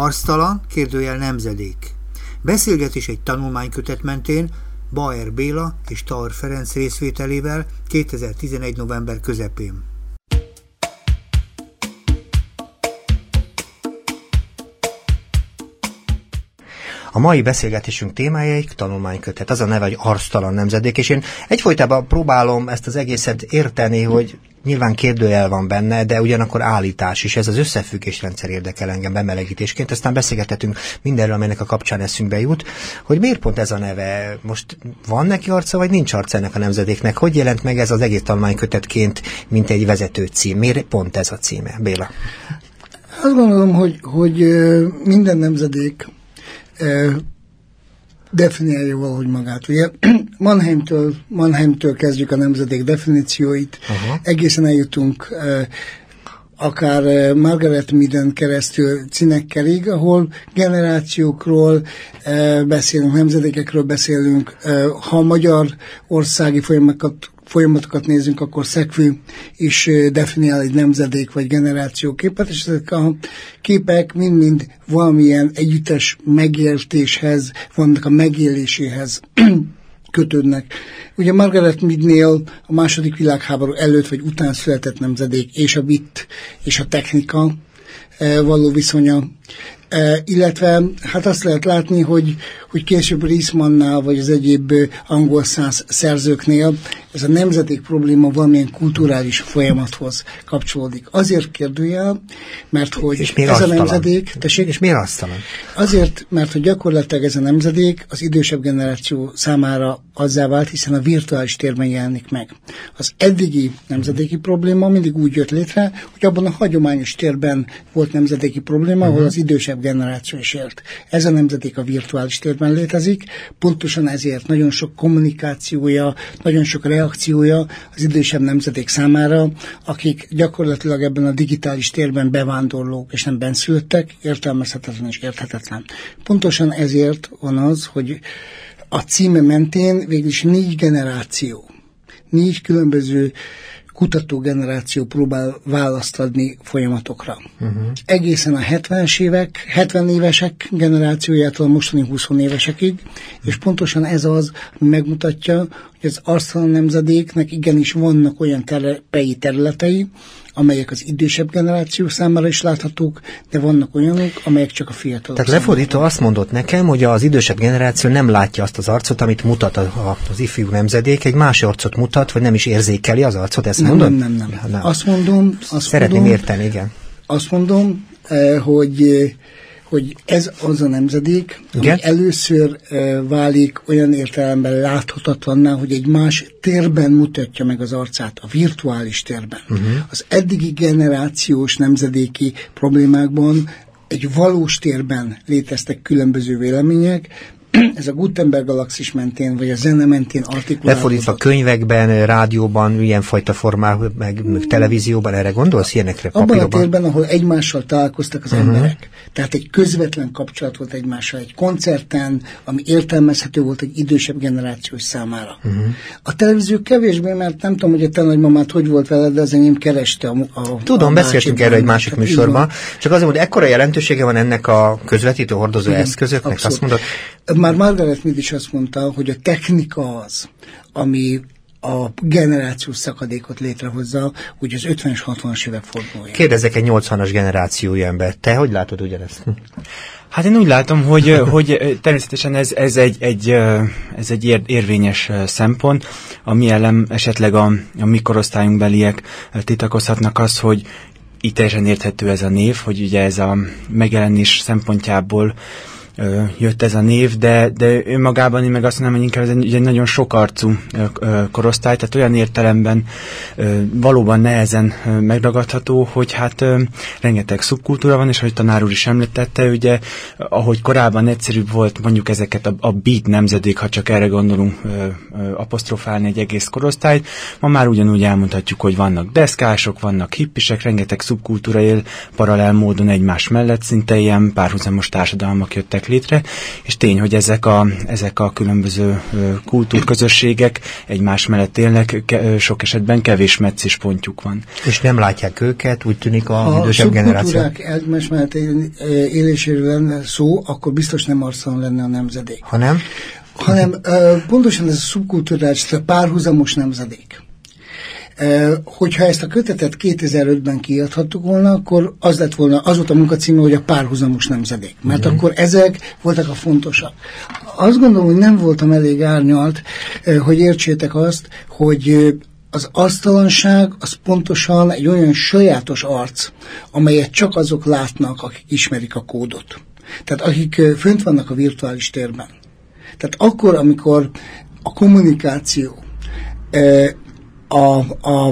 Arctalan, nemzedék. Beszélgetés egy tanulmánykötet mentén Bauer Béla és Taur Ferenc részvételével 2011. november közepén. A mai beszélgetésünk témája egy tanulmánykötet, az a neve, hogy Arctalan nemzedék, és én egyfolytában próbálom ezt az egészet érteni, hogy nyilván kérdőjel van benne, de ugyanakkor állítás is. Ez az összefüggésrendszer érdekel engem bemelegítésként, aztán beszélgethetünk mindenről, amelynek a kapcsán eszünkbe jut, hogy miért pont ez a neve, most van neki arca, vagy nincs arca ennek a nemzedéknek, hogy jelent meg ez az egész tanulmánykötetként, mint egy vezető cím, miért pont ez a címe, Béla? Azt gondolom, hogy minden nemzedék definiálja valahogy magát. Ugye Mannheimtől kezdjük a nemzedék definícióit, egészen eljutunk akár Margaret Meaden keresztül Zinekkerig, ahol generációkról beszélünk, nemzedékekről beszélünk. Ha a magyar országi folyamatokat nézzünk, akkor Szekvű is definiál egy nemzedék vagy generációképet, és ezek a képek mind-mind valamilyen együttes megértéshez, vannak a megéléséhez kötődnek. Ugye Margaret Meadnél a második világháború előtt vagy után született nemzedék és a bit és a technika való viszonya, illetve hát azt lehet látni, hogy később Riesmannál vagy az egyéb angol száz szerzőknél ez a nemzedék probléma valamilyen kulturális folyamathoz kapcsolódik. Azért kérdőjel, mert hogy ez a nemzedék... Tessék? És miért arctalan? Azért, mert hogy gyakorlatilag ez a nemzedék az idősebb generáció számára azzá vált, hiszen a virtuális térben jelenik meg. Az eddigi nemzedéki probléma mindig úgy jött létre, hogy abban a hagyományos térben volt nemzedéki probléma, ahol az idősebb generáció is élt. Ez a nemzedék a virtuális térben létezik, pontosan ezért nagyon sok kommunikációja, nagyon sok reakciója az idősebb nemzedék számára, akik gyakorlatilag ebben a digitális térben bevándorlók és nem benszülöttek, értelmezhetetlen és érthetetlen. Pontosan ezért van az, hogy a címe mentén végülis 4 generáció, 4 különböző kutatógeneráció próbál választ adni folyamatokra. Egészen a 70 évesek generációjától a mostani 20 évesekig, és pontosan ez az, ami megmutatja, hogy az arctalan nemzedéknek igenis vannak olyan területei, amelyek az idősebb generáció számára is láthatók, de vannak olyanok, amelyek csak a fiatalok. Tehát lefordítva azt mondott nekem, hogy az idősebb generáció nem látja azt az arcot, amit mutat az ifjú nemzedék, egy más arcot mutat, vagy nem is érzékeli az arcot, ezt mondod? Nem. Azt mondom, szeretném érteni, igen. Azt mondom, hogy ez az a nemzedék, ami először válik olyan értelemben láthatatlanná, hogy egy más térben mutatja meg az arcát, a virtuális térben. Az eddigi generációs nemzedéki problémákban egy valós térben léteztek különböző vélemények, ez a Gutenberg galaxis mentén, vagy a zene mentén artikulálódott. Lefordítva könyvekben, rádióban, ilyenfajta formában, meg televízióban, erre gondolsz, ilyenekre, papírban? Abban a térben, ahol egymással találkoztak az emberek. Tehát egy közvetlen kapcsolat volt egymással, egy koncerten, ami értelmezhető volt egy idősebb generációs számára. A televízió kevésbé, mert nem tudom, hogy a te nagymamát hogy volt veled, de az enyém kereste Tudom, beszéltünk erről egy másik műsorban, csak azért, hogy ekkora jelentősége van ennek a közvetítő hordozó eszközöknek, azt mondod? Már Margaret Mead is azt mondta, hogy a technika az, ami a generációs szakadékot létrehozza, úgy az 50-es, 60-as évek fordulója. Kérdezzek egy 80-as generációi ember. Te hogy látod ugyanezt? Hát én úgy látom, hogy természetesen ez egy érvényes szempont, ami ellen esetleg a mi korosztályunkbeliek titakozhatnak az, hogy így teljesen érthető ez a név, hogy ugye ez a megjelenés szempontjából jött ez a név, de önmagában én meg azt mondom, hogy inkább ez egy nagyon sokarcú korosztály, tehát olyan értelemben valóban nehezen megragadható, hogy hát rengeteg szubkultúra van, és ahogy tanár úr is említette, ugye, ahogy korábban egyszerűbb volt mondjuk ezeket a beat nemzedék, ha csak erre gondolunk, apostrofálni egy egész korosztályt, ma már ugyanúgy elmondhatjuk, hogy vannak deszkások, vannak hippisek, rengeteg szubkultúra él paralel módon egymás mellett, szinte ilyen párhuzamos társadalmak jöttek jöttek létre, és tény, hogy ezek a különböző kultúrközösségek egymás mellett élnek, sok esetben kevés meccéspontjuk van. És nem látják őket, úgy tűnik a idősebb generáció. Ha a szubkultúrák egymás mellett éléséről lenne szó, akkor biztos nem arctalan lenne a nemzedék. Hanem pontosan ez a szubkulturális, a párhuzamos nemzedék. Hogyha ezt a kötetet 2005-ben kiadhattuk volna, akkor az lett volna, az volt a munkacíme, hogy a párhuzamos nemzedék. Mert akkor ezek voltak a fontosak. Azt gondolom, hogy nem voltam elég árnyalt, hogy értsétek azt, hogy az arctalanság az pontosan egy olyan sajátos arc, amelyet csak azok látnak, akik ismerik a kódot. Tehát akik fönt vannak a virtuális térben. Tehát akkor, amikor a kommunikáció a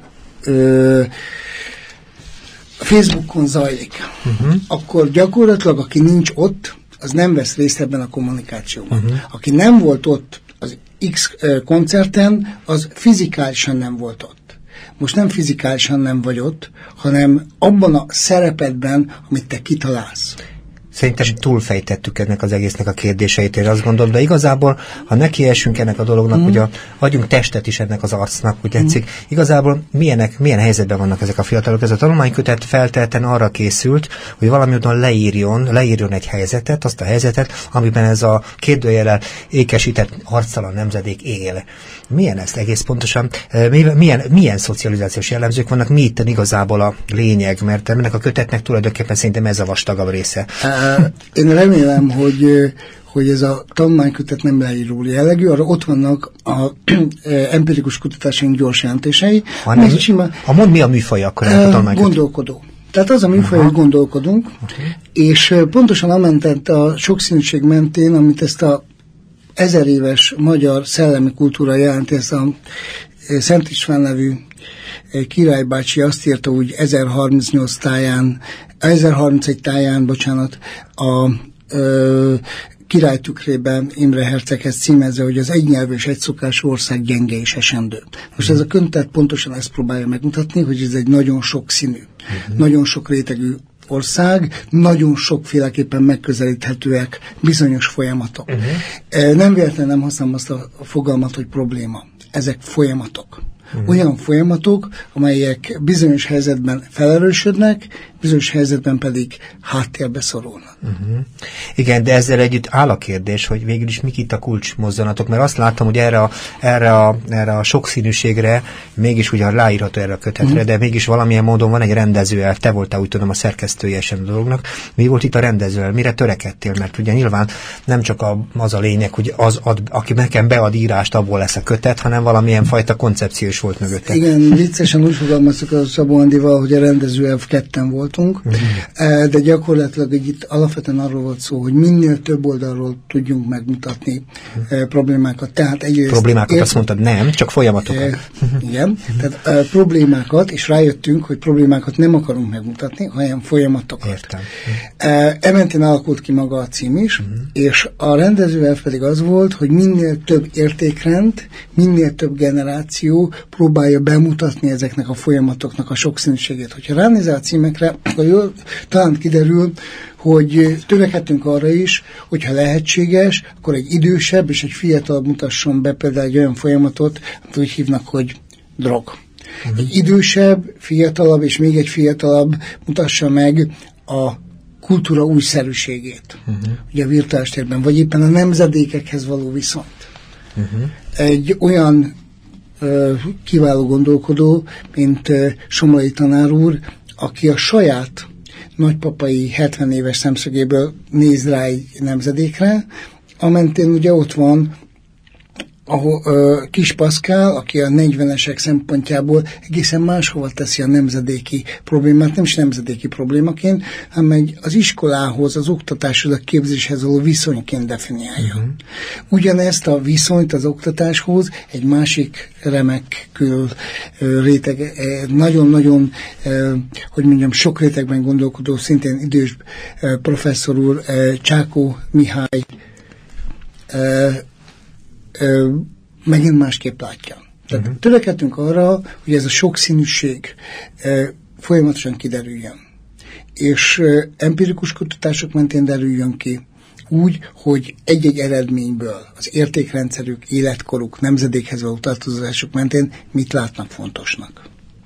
Facebookon zajlik, akkor gyakorlatilag aki nincs ott, az nem vesz részt ebben a kommunikációban. Aki nem volt ott az X koncerten, az fizikálisan nem volt ott. Most nem fizikálisan nem vagy ott, hanem abban a szerepedben, amit te kitalálsz. Szerintem túlfejtettük ennek az egésznek a kérdéseit, én azt gondolom, de igazából, ha nekiesünk ennek a dolognak, hogy adjunk testet is ennek az arcnak, úgy tetszik, igazából milyen helyzetben vannak ezek a fiatalok? Ez a tanulmánykötet feltétlen arra készült, hogy valami módon leírjon egy helyzetet, azt a helyzetet, amiben ez a kérdőjellel ékesített arctalan nemzedék él. Milyen ezt egész pontosan? Milyen szocializációs jellemzők vannak? Mi itt igazából a lényeg? Mert ennek a kötetnek tulajdonképpen szerintem ez a vastagabb része. Én remélem, hogy ez a tanulmánykötet nem leíró jellegű, arra ott vannak a empirikus kutatásaink gyors jelentései. Mondd, mi a műfaj akkor ennek a tanulmánykötet? Gondolkodó. Tehát az a műfaj, hogy gondolkodunk, és pontosan amellett a sokszínűség mentén, amit ezt a 1000 éves magyar szellemi kultúra jelenti, ezt a Szent István nevű királybácsi azt írta úgy 1031 táján, a királytükrében Imre herceghez címezze, hogy az egynyelvű és egyszokású ország gyenge és esendő. Most ez a könyv pontosan ezt próbálja megmutatni, hogy ez egy nagyon sokszínű, nagyon sok rétegű ország, nagyon sokféleképpen megközelíthetőek bizonyos folyamatok. Nem véletlenül nem használom azt a fogalmat, hogy probléma. Ezek folyamatok. Olyan folyamatok, amelyek bizonyos helyzetben felerősödnek, bizonyos helyzetben pedig háttérbe szorulnak. Igen, de ezzel együtt áll a kérdés, hogy végül is mik itt a kulcsmozzanatok, mert azt láttam, hogy erre a sokszínűségre mégis ugye ráírható erre a kötetre, de mégis valamilyen módon van egy rendezőelv, te voltál úgy tudom a szerkesztője sem a dolognak. Mi volt itt a rendezőelv? Mire törekedtél? Mert ugye nyilván nem csak az a lényeg, hogy aki nekem bead írást, abból lesz a kötet, hanem valamilyen fajta koncepció is volt mögötte. Igen, viccesen úgy fogalmaztuk a Szabó Andival, hogy a rendezőelv ketten voltunk, de gyakorlatilag itt alapvetően arról volt szó, hogy minél több oldalról tudjunk megmutatni problémákat. Tehát problémákat azt mondtad, nem, csak folyamatokat. Igen, tehát problémákat, és rájöttünk, hogy problémákat nem akarunk megmutatni, hanem folyamatokat. Értem. Ementén alakult ki maga a cím is, és a rendezőelv pedig az volt, hogy minél több értékrend, minél több generáció próbálja bemutatni ezeknek a folyamatoknak a sokszínűségét. Hogyha ránézel a címekre, akkor talán kiderül, hogy törekedtünk arra is, hogyha lehetséges, akkor egy idősebb és egy fiatalabb mutasson be például egy olyan folyamatot, amit úgy hívnak, hogy drog. Egy idősebb, fiatalabb és még egy fiatalabb mutassa meg a kultúra újszerűségét. Ugye a virtuális térben, vagy éppen a nemzedékekhez való viszont. Egy olyan kiváló gondolkodó, mint Somlai tanár úr, aki a saját nagypapai 70 éves szemszögéből néz rá egy nemzedékre, amentén ugye ott van Kis Paszkál, aki a 40-esek szempontjából egészen máshova teszi a nemzedéki problémát, nem is nemzedéki problémaként, hanem az iskolához, az oktatáshoz, a képzéshez való viszonyként definiálja. Ugyanezt a viszonyt az oktatáshoz egy másik remek réteg, nagyon-nagyon, hogy mondjam, sok rétegben gondolkodó, szintén idős professzor úr, Csákó Mihály, megint másképp látja. Tehát törekedtünk arra, hogy ez a sokszínűség folyamatosan kiderüljön. És empirikus kutatások mentén derüljön ki, úgy, hogy egy-egy eredményből az értékrendszerük, életkoruk, nemzedékhez való tartozásuk mentén mit látnak fontosnak.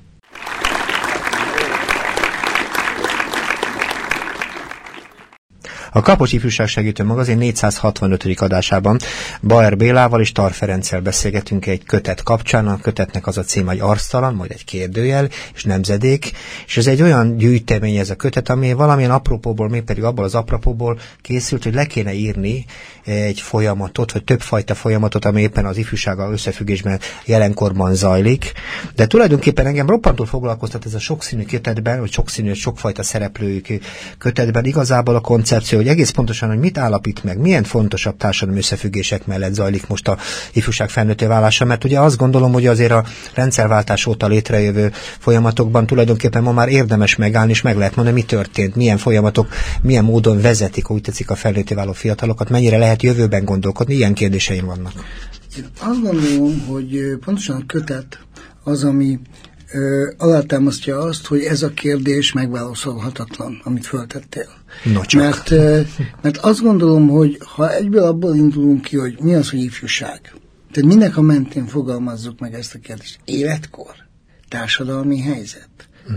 A Kapocs Ifjúság Segítő Magazin 465. adásában Bauer Bélával és Tar Ferenccel beszélgetünk egy kötet kapcsán. A kötetnek az a cím, hogy Arctalan, majd egy kérdőjel, és nemzedék, és ez egy olyan gyűjtemény ez a kötet, ami valamilyen apropóból, még pedig abból az apropóból készült, hogy le kéne írni egy folyamatot, vagy többfajta folyamatot, ami éppen az ifjúsággal összefüggésben jelenkorban zajlik. De tulajdonképpen engem roppantul foglalkoztat ez a sokszínű kötetben, vagy sokszínű, sokfajta szereplőjük kötetben igazából a koncepció, hogy egész pontosan, hogy mit állapít meg, milyen fontosabb társadalmi összefüggések mellett zajlik most a ifjúság felnőtté válása, mert ugye azt gondolom, hogy azért a rendszerváltás óta létrejövő folyamatokban tulajdonképpen ma már érdemes megállni, és meg lehet mondani, mi történt, milyen folyamatok, milyen módon vezetik, úgy tetszik, a felnőtté váló fiatalokat, mennyire lehet jövőben gondolkodni, ilyen kérdéseim vannak. Én azt gondolom, hogy pontosan a kötet az, ami alátámasztja azt, hogy ez a kérdés megválaszolhatatlan, amit föltettél. No, csak. Mert azt gondolom, hogy ha egyből abból indulunk ki, hogy mi az, hogy ifjúság, tehát minek a mentén fogalmazzuk meg ezt a kérdést. Életkor, társadalmi helyzet,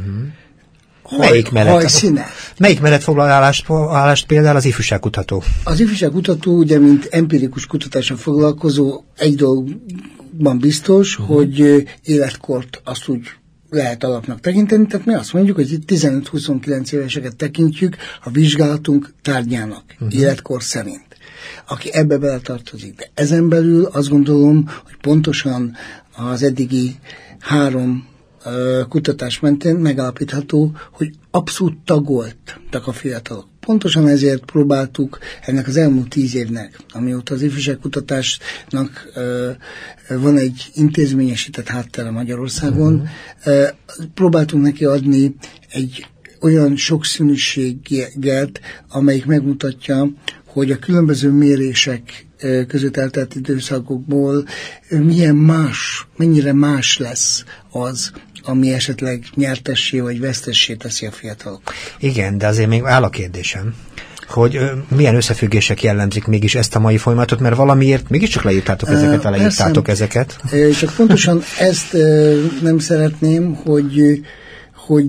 hajszíne. Melyik mellett foglal állást például az ifjúságkutató? Az ifjúságkutató ugye, mint empirikus kutatással foglalkozó, egy dologban biztos, hogy életkort azt úgy lehet alapnak tekinteni, tehát mi azt mondjuk, hogy itt 15-29 éveseket tekintjük a vizsgálatunk tárgyának, életkor szerint, aki ebbe beletartozik. De ezen belül azt gondolom, hogy pontosan az eddigi 3 kutatás mentén megállapítható, hogy abszolút tagoltak a fiatalok. Pontosan ezért próbáltuk ennek az elmúlt 10 évnek, amióta az ifjúságkutatásnak van egy intézményesített háttere Magyarországon, próbáltunk neki adni egy olyan sokszínűséget, amelyik megmutatja, hogy a különböző mérések között eltelt időszakokból mennyire más lesz az, ami esetleg nyertessé vagy vesztessé teszi a fiatalok. Igen, de azért még áll a kérdésem, hogy milyen összefüggések jellemzik mégis ezt a mai folyamatot, mert valamiért mégiscsak leírtátok ezeket, leírtátok ezeket. Csak pontosan ezt nem szeretném, hogy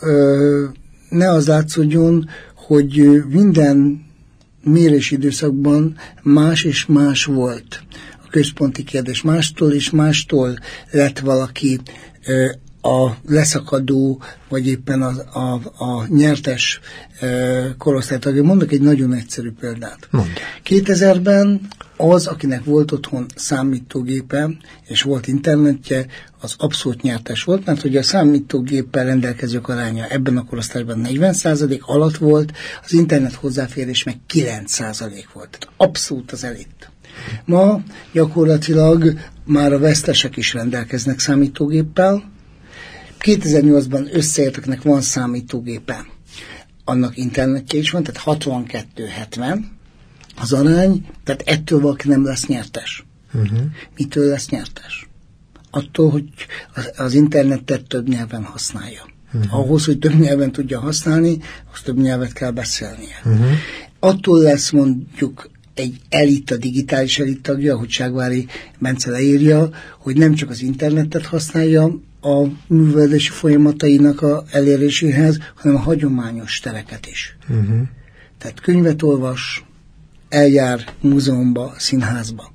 ne az látszódjon, hogy minden mérési időszakban más és más volt a központi kérdés. Mástól és mástól lett valaki a leszakadó, vagy éppen a nyertes korosztálytagja. Mondok egy nagyon egyszerű példát. Mondja. 2000-ben az, akinek volt otthon számítógépe, és volt internetje, az abszolút nyertes volt, mert hogy a számítógéppel rendelkezők aránya ebben a korosztályban 40% alatt volt, az internet hozzáférés meg 9% volt. Tehát abszolút az elit. Ma gyakorlatilag már a vesztesek is rendelkeznek számítógéppel. 2008-ban összeérteknek van számítógépe, annak internetje is van, tehát 62-70 az arány, tehát ettől valaki nem lesz nyertes. Mitől lesz nyertes? Attól, hogy az internetet több nyelven használja. Ahhoz, hogy több nyelven tudja használni, az több nyelvet kell beszélnie. Attól lesz mondjuk egy elit, a digitális elit tagja, ahogy Ságvári Bence leírja, hogy nem csak az internetet használja a művelési folyamatainak a eléréséhez, hanem a hagyományos tereket is. Tehát könyvet olvas, eljár múzeumba, színházba.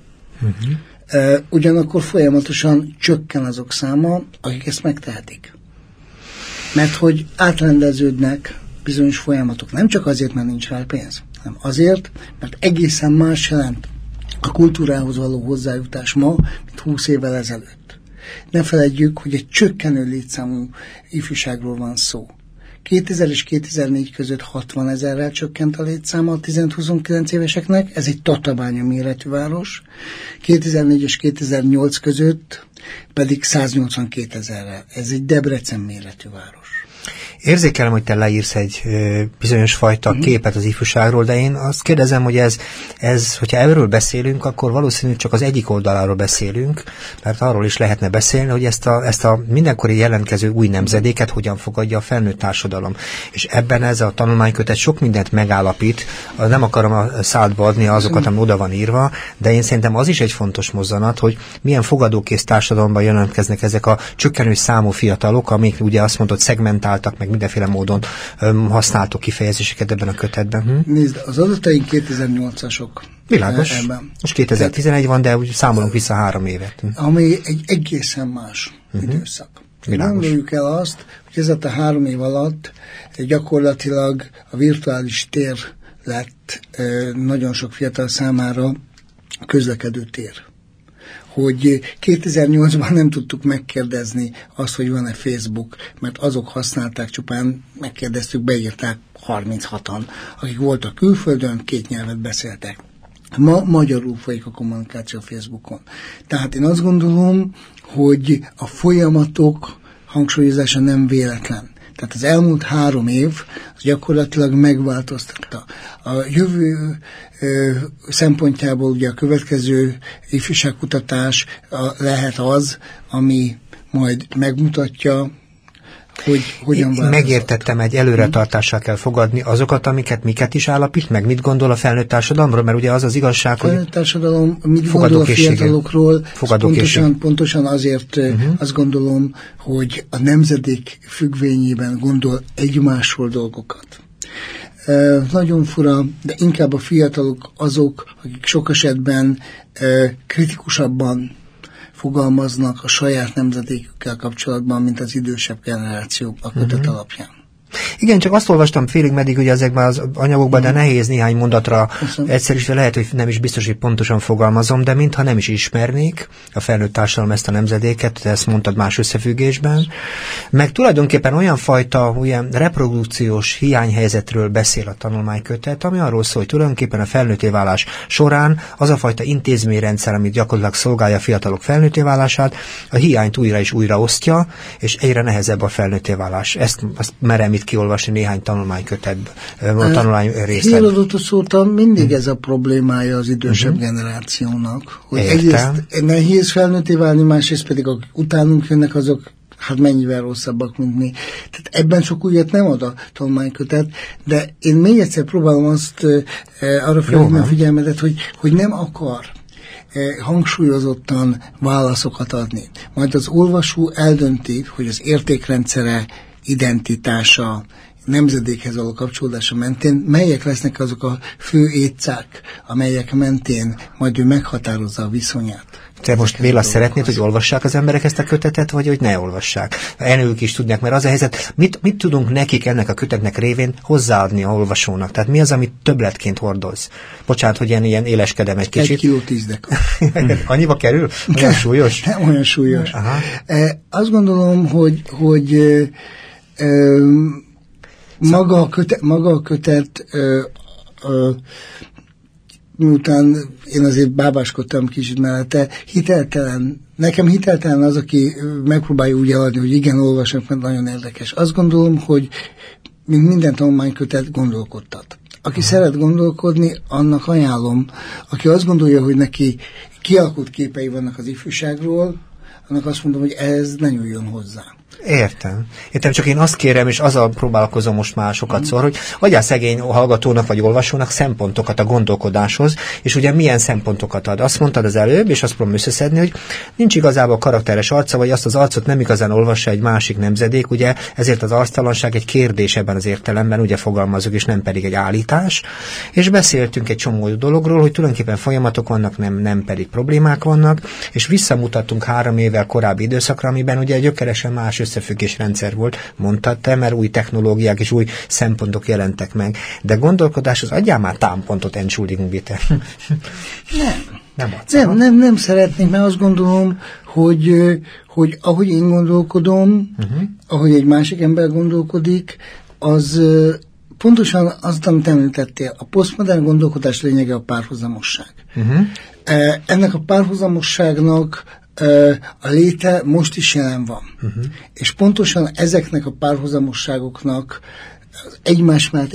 Ugyanakkor folyamatosan csökken azok száma, akik ezt megtehetik. Mert hogy átrendeződnek bizonyos folyamatok. Nem csak azért, mert nincs rá pénz, hanem azért, mert egészen más jelent a kultúrához való hozzájutás ma, mint 20 évvel ezelőtt. Ne feledjük, hogy egy csökkenő létszámú ifjúságról van szó. 2000 és 2004 között 60 000-rel csökkent a létszáma a 15-29 éveseknek, ez egy Tatabánya méretű város. 2004 és 2008 között pedig 182 000-rel. Ez egy Debrecen méretű város. Érzékelem, hogy te leírsz egy bizonyos fajta képet az ifjúságról, de én azt kérdezem, hogy ez, hogyha erről beszélünk, akkor valószínűleg csak az egyik oldaláról beszélünk, mert arról is lehetne beszélni, hogy ezt a mindenkori jelentkező új nemzedéket hogyan fogadja a felnőtt társadalom. És ebben ez a tanulmánykötet sok mindent megállapít, nem akarom a szádba adni azokat, ami oda van írva, de én szerintem az is egy fontos mozzanat, hogy milyen fogadókész társadalomban jelentkeznek ezek a csökkenő számú fiatalok, amik ugye azt mondod, szegmentáltak, meg mindenféle módon használtok kifejezéseket ebben a kötetben. Nézd, az adataink 2008-asok. Világos. Most 2011 van, de úgy számolunk vissza 3 évet. Ami egy egészen más időszak. Gondoljuk el azt, hogy ez a 3 év alatt gyakorlatilag a virtuális tér lett nagyon sok fiatal számára közlekedő tér. Hogy 2008-ban nem tudtuk megkérdezni azt, hogy van-e Facebook, mert azok használták, csupán megkérdeztük, beírták 36-an, akik voltak külföldön, 2 nyelvet beszéltek. Ma magyarul folyik a kommunikáció a Facebookon. Tehát én azt gondolom, hogy a folyamatok hangsúlyozása nem véletlen. Tehát az elmúlt 3 év az gyakorlatilag megváltoztatta. A jövő szempontjából ugye a következő ifjúságkutatás lehet az, ami majd megmutatja, hogy hogyan változott. Megértettem, egy előretartással kell fogadni azokat, miket is állapít meg, mit gondol a felnőtt társadalomról, mert ugye az az igazság, hogy... A felnőtt társadalom mit gondol a fiatalokról, pontosan azért azt gondolom, hogy a nemzedék függvényében gondol egymásról dolgokat. Nagyon fura, de inkább a fiatalok azok, akik sok esetben kritikusabban fogalmaznak a saját nemzedékükkel kapcsolatban, mint az idősebb generáció a kötet alapján. Igen, csak azt olvastam félig meddig ugye ezekben az anyagokban, de nehéz néhány mondatra egyszerűsítve, lehet, hogy nem is biztos, hogy pontosan fogalmazom, de mintha nem is ismernék a felnőtt társadalom ezt a nemzedéket, te ezt mondtad más összefüggésben, meg tulajdonképpen olyan fajta olyan reprodukciós hiányhelyzetről beszél a tanulmánykötet, ami arról szól, hogy tulajdonképpen a felnőtté válás során az a fajta intézményrendszer, amit gyakorlatilag szolgálja a fiatalok felnőtté válását, a hiányt újra és újra osztja, és egyre nehezebb a felnőtté válás. Ezt merem itt kiolvasni néhány tanulmánykötetben, a tanulmány részlet. Híradótos óta mindig ez a problémája az idősebb generációnak, hogy egyrészt nehéz felnőtté válni, másrészt pedig akik utánunk jönnek, azok hát mennyivel rosszabbak, mint mi. Tehát ebben sok újat nem ad a tanulmánykötet, de én még egyszer próbálom azt arra felhívni a figyelmedet, hogy nem akar hangsúlyozottan válaszokat adni. Majd az olvasó eldönti, hogy az értékrendszere, identitása, nemzedékhez való kapcsolódása mentén melyek lesznek azok a fő étszák, amelyek mentén majd ő meghatározza a viszonyát. Te most Béla szeretnéd, hogy olvassák az emberek ezt a kötetet, vagy hogy ne olvassák? Ők is tudják, mert az a helyzet, mit tudunk nekik ennek a kötetnek révén hozzáadni a olvasónak? Tehát mi az, amit többletként hordoz? Bocsánat, hogy ilyen éleskedem egy kicsit. 1 kiló 10 deka. Annyiba kerül? Olyan súlyos? Nem olyan súlyos. Azt gondolom, hogy maga a kötet miután én azért bábáskodtam kicsit mellette, nekem hiteltelen az, aki megpróbálja úgy eladni, hogy igen, olvasok, mert nagyon érdekes. Azt gondolom, hogy mint minden tanulmánykötet gondolkodtat. Aki szeret gondolkodni, annak ajánlom. Aki azt gondolja, hogy neki kialakult képei vannak az ifjúságról, annak azt mondom, hogy ez ne nyúljon hozzá. Értem, csak én azt kérem, és azzal próbálkozom most már sokatszor, hogy adjál szegény hallgatónak vagy olvasónak szempontokat a gondolkodáshoz, és ugye milyen szempontokat ad. Azt mondtad az előbb, és azt próbálom összeszedni, hogy nincs igazából karakteres arca, vagy azt az arcot nem igazán olvassa egy másik nemzedék, ugye ezért az arctalanság egy kérdés ebben az értelemben, ugye fogalmazunk, és nem pedig egy állítás. És beszéltünk egy csomó dologról, hogy tulajdonképpen folyamatok vannak, nem pedig problémák vannak, és visszamutattunk 3 évvel korábbi időszakra, amiben ugye gyökeresen más összefüggésrendszer volt, mondtad te, mert új technológiák és új szempontok jelentek meg. De gondolkodás, az adjál már támpontot, Entschuldigung bitte. Nem szeretnék, mert azt gondolom, hogy ahogy én gondolkodom, ahogy egy másik ember gondolkodik, az pontosan azt, amit említettél, a posztmodern gondolkodás lényege a párhuzamosság. Ennek a párhuzamosságnak a léte most is jelen van. És pontosan ezeknek a párhuzamosságoknak az egymás mellett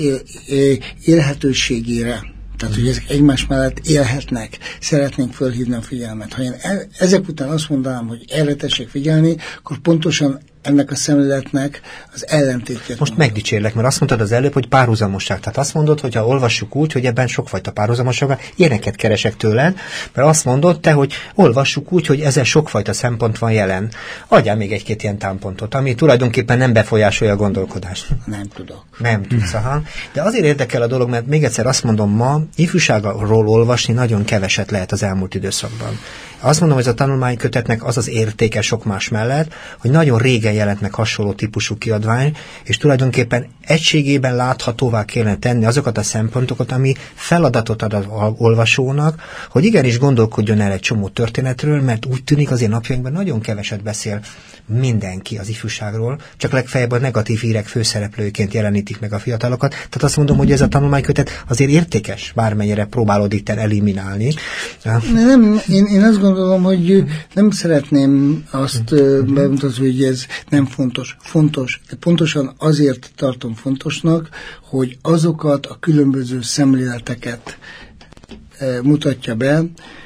élhetőségére, tehát hogy ezek egymás mellett élhetnek, szeretnénk fölhívni a figyelmet. Ha én ezek után azt mondanám, hogy erre tessék figyelni, akkor pontosan ennek a szemléletnek az ellentétjét. Most megdicsérlek, mert azt mondtad az előbb, hogy párhuzamosság. Tehát azt mondod, hogy ha olvassuk úgy, hogy ebben sokfajta párhuzamosság van, ilyeneket keresek tőled, mert azt mondod te, hogy olvassuk úgy, hogy ezen sokfajta szempont van jelen. Adjál még egy-két ilyen támpontot, ami tulajdonképpen nem befolyásolja a gondolkodást. Nem tudok. Nem tudsz, aha. De azért érdekel a dolog, mert még egyszer azt mondom, ma ifjúságról olvasni nagyon keveset lehet az elmúlt időszakban. Azt mondom, hogy ez a tanulmánykötetnek az az értéke sok más mellett, hogy nagyon régen jelent meg hasonló típusú kiadvány, és tulajdonképpen egységében láthatóvá kellene tenni azokat a szempontokat, ami feladatot ad az olvasónak, hogy igenis gondolkodjon el egy csomó történetről, mert úgy tűnik azért napjainkban nagyon keveset beszél mindenki az ifjúságról, csak legfeljebb a negatív hírek főszereplőként jelenítik meg a fiatalokat. Tehát azt mondom, hogy ez a tanulmánykötet azért értékes, bármennyire próbálod itt eliminálni. Nem, én azt gondolom, hogy nem szeretném azt bemutatni, hogy ez nem fontos. Fontos, de pontosan azért tartom fontosnak, hogy azokat a különböző szemléleteket mutatja be,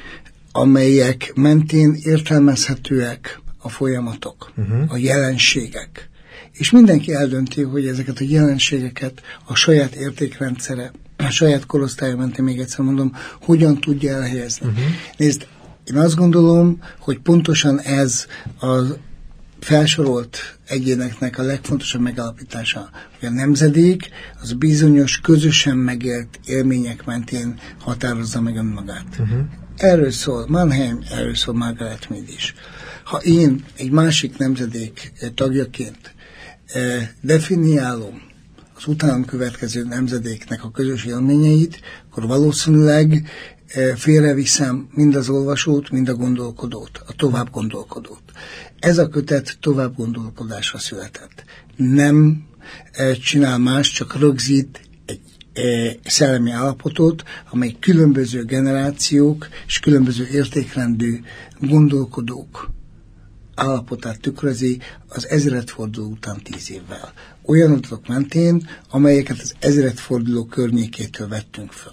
amelyek mentén értelmezhetőek a folyamatok, a jelenségek. És mindenki eldönti, hogy ezeket a jelenségeket a saját értékrendszere, a saját korosztálya mentén, még egyszer mondom, hogyan tudja elhelyezni. Nézd, én azt gondolom, hogy pontosan ez a felsorolt egyéneknek a legfontosabb megállapítása, hogy a nemzedék az bizonyos közösen megélt élmények mentén határozza meg önmagát. Erről szól Mannheim, erről szól Margaret Mead is. Ha én egy másik nemzedék tagjaként definiálom az utánam következő nemzedéknek a közös élményeit, akkor valószínűleg félreviszem mind az olvasót, mind a gondolkodót, a tovább gondolkodót. Ez a kötet tovább gondolkodásra született. Nem csinál más, csak rögzít egy szellemi állapotot, amely különböző generációk és különböző értékrendű gondolkodók állapotát tükrözi az ezredforduló után 10 évvel. Olyan adatok mentén, amelyeket az ezredforduló környékétől vettünk föl.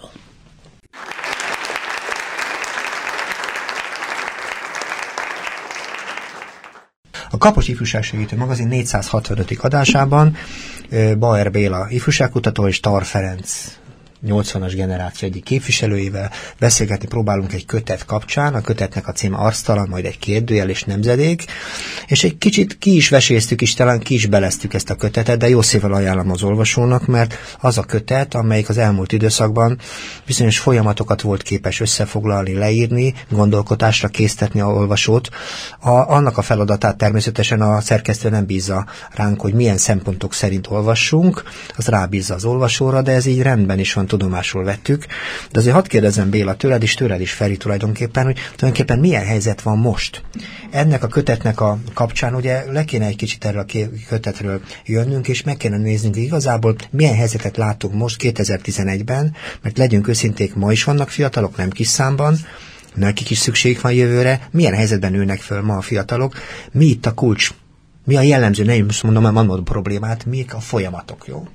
A Kapos Ifjúságsegítő magazin 465. adásában Bauer Béla ifjúságkutató és Tar Ferenc 80-as generáció egyik képviselőivel beszélgetni próbálunk egy kötet kapcsán, a kötetnek a címe Arctalan, majd egy kérdőjel és nemzedék, és egy kicsit ki is veséztük, és talán ki is beleztük ezt a kötetet, de jó szívvel ajánlom az olvasónak, mert az a kötet, amelyik az elmúlt időszakban bizonyos folyamatokat volt képes összefoglalni, leírni, gondolkodásra késztetni a olvasót. Annak a feladatát természetesen a szerkesztő nem bízza ránk, hogy milyen szempontok szerint olvassunk, az rábízza az olvasóra, de ez így rendben is van, tudomásul vettük. De azért hadd kérdezem Béla tőled is Feri tulajdonképpen, hogy tulajdonképpen milyen helyzet van most. Ennek a kötetnek a kapcsán ugye le kéne egy kicsit erről a kötetről jönnünk, és meg kéne néznünk, hogy igazából milyen helyzetet látunk most 2011-ben, mert legyünk őszinték, ma is vannak fiatalok, nem kis számban, nekik is szükségük van jövőre, milyen helyzetben nőnek föl ma a fiatalok, mi itt a kulcs, mi a jellemző, nem mondom, mert van problémát, mik a folyamatok, jó?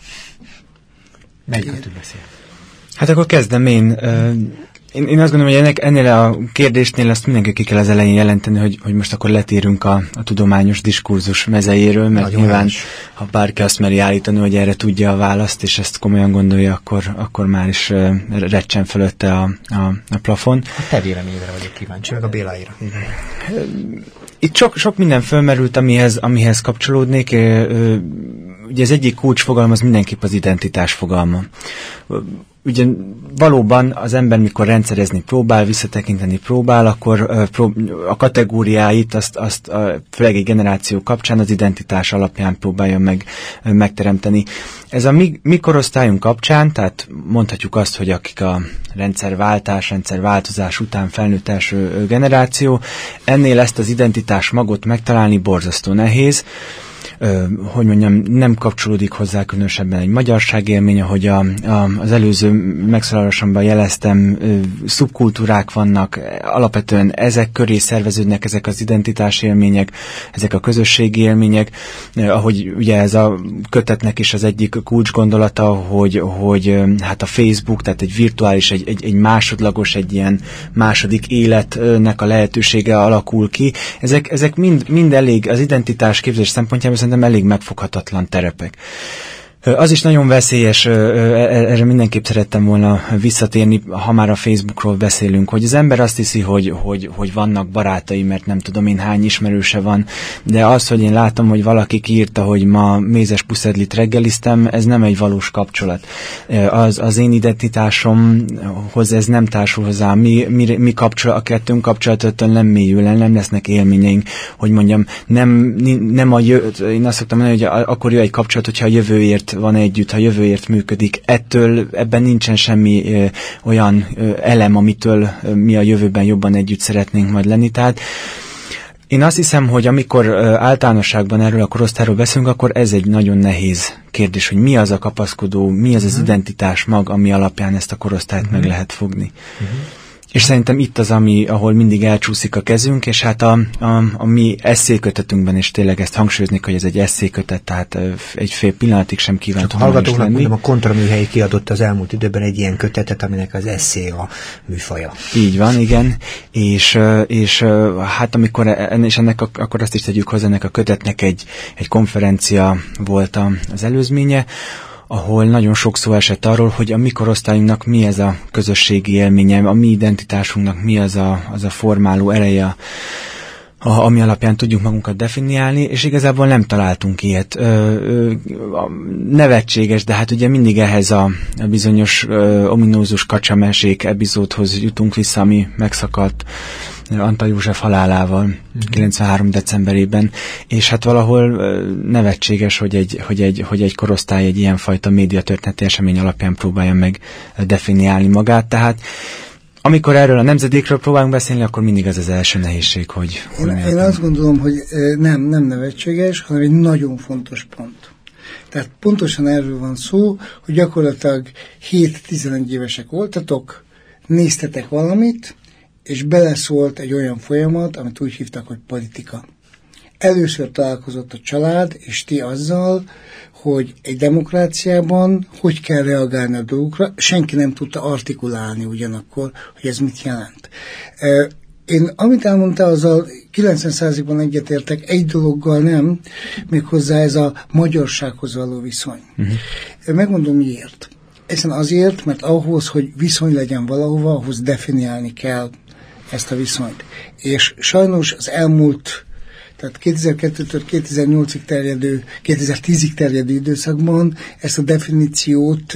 Melyiket beszél? Hát akkor kezdem én. Én azt gondolom, hogy ennél a kérdésnél azt mindenki ki kell az elején jelenteni, hogy most akkor letérünk a tudományos diskurzus mezejéről, mert nagyon nyilván, ha bárki azt meri állítani, hogy erre tudja a választ, és ezt komolyan gondolja, akkor már is recsen fölötte a plafon. A te véleményedre vagyok kíváncsi, meg a Béláira. Itt sok minden fölmerült, amihez kapcsolódnék. Ugye az egyik kulcsfogalom az mindenképp az identitás fogalma. Ugye valóban az ember, mikor rendszerezni próbál, visszatekinteni próbál, akkor a kategóriáit, azt főleg egy generáció kapcsán az identitás alapján próbálja megteremteni. Ez a mi korosztályunk kapcsán, tehát mondhatjuk azt, hogy akik a rendszerváltozás után felnőtt első generáció, ennél ezt az identitás magot megtalálni borzasztó nehéz. hogy mondjam, nem kapcsolódik hozzá különösebben egy magyarság élmény, ahogy az előző megszólalásomban jeleztem, szubkultúrák vannak, alapvetően ezek köré szerveződnek ezek az identitás élmények, ezek a közösségi élmények, ahogy ugye ez a kötetnek is az egyik kulcsgondolata, hogy hát a Facebook, tehát egy virtuális, egy másodlagos, egy ilyen második életnek a lehetősége alakul ki. Ezek mind elég, az identitás képzés szempontjából szerintem elég megfoghatatlan terepek. Az is nagyon veszélyes, erre mindenképp szerettem volna visszatérni, ha már a Facebookról beszélünk, hogy az ember azt hiszi, hogy vannak barátai, mert nem tudom én hány ismerőse van, de az, hogy én látom, hogy valaki írta, hogy ma mézes puszedlit reggeliztem, ez nem egy valós kapcsolat. Az én identitásomhoz ez nem társul hozzá, mi a kettőnk kapcsolattól nem mélyül, nem lesznek élményeink, hogy mondjam, én azt szoktam mondani, hogy akkor jó egy kapcsolat, hogyha a jövőért van együtt, ha jövőért működik. Ebben nincsen semmi olyan elem, amitől mi a jövőben jobban együtt szeretnénk majd lenni. Tehát én azt hiszem, hogy amikor általánosságban erről a korosztályról beszélünk, akkor ez egy nagyon nehéz kérdés, hogy mi az a kapaszkodó, mi az az identitás mag, ami alapján ezt a korosztályt meg lehet fogni. És szerintem itt az, ahol mindig elcsúszik a kezünk, és hát a mi esszékötetünkben is tényleg ezt hangsúlyoznék, hogy ez egy esszékötet, tehát egy fél pillanatig sem kívánt hallgatóknak lenni. Mondom, a Kontraműhely kiadott az elmúlt időben egy ilyen kötetet, aminek az esszé a műfaja. Így van, igen. És hát amikor akkor azt is tegyük hozzá, ennek a kötetnek egy konferencia volt az előzménye, ahol nagyon sok szó esett arról, hogy a mi korosztályunknak mi ez a közösségi élménye, a mi identitásunknak mi az a formáló ereje, ami alapján tudjuk magunkat definiálni, és igazából nem találtunk ilyet. Nevetséges, de hát ugye mindig ehhez a bizonyos ominózus kacsamesék epizódhoz jutunk vissza, ami megszakadt Antal József halálával 93. decemberében, és hát valahol nevetséges, hogy egy korosztály egy ilyenfajta médiatörténeti esemény alapján próbálja meg definiálni magát, tehát amikor erről a nemzedékről próbálunk beszélni, akkor mindig az első nehézség, hogy... Én azt gondolom, hogy nem nevetséges, hanem egy nagyon fontos pont. Tehát pontosan erről van szó, hogy gyakorlatilag 7-11 évesek voltatok, néztetek valamit, és beleszólt egy olyan folyamat, amit úgy hívtak, hogy politika. Először találkozott a család, és ti azzal, hogy egy demokráciában hogy kell reagálni a dolgokra, senki nem tudta artikulálni ugyanakkor, hogy ez mit jelent. Én, amit elmondtál, azzal 90%-ban egyetértek, egy dologgal nem, méghozzá ez a magyarsághoz való viszony. Megmondom miért. Egyszerűen azért, mert ahhoz, hogy viszony legyen valahova, ahhoz definiálni kell ezt a viszonyt. És sajnos az elmúlt, tehát 2002-től 2008-ig terjedő, 2010-ig terjedő időszakban ezt a definíciót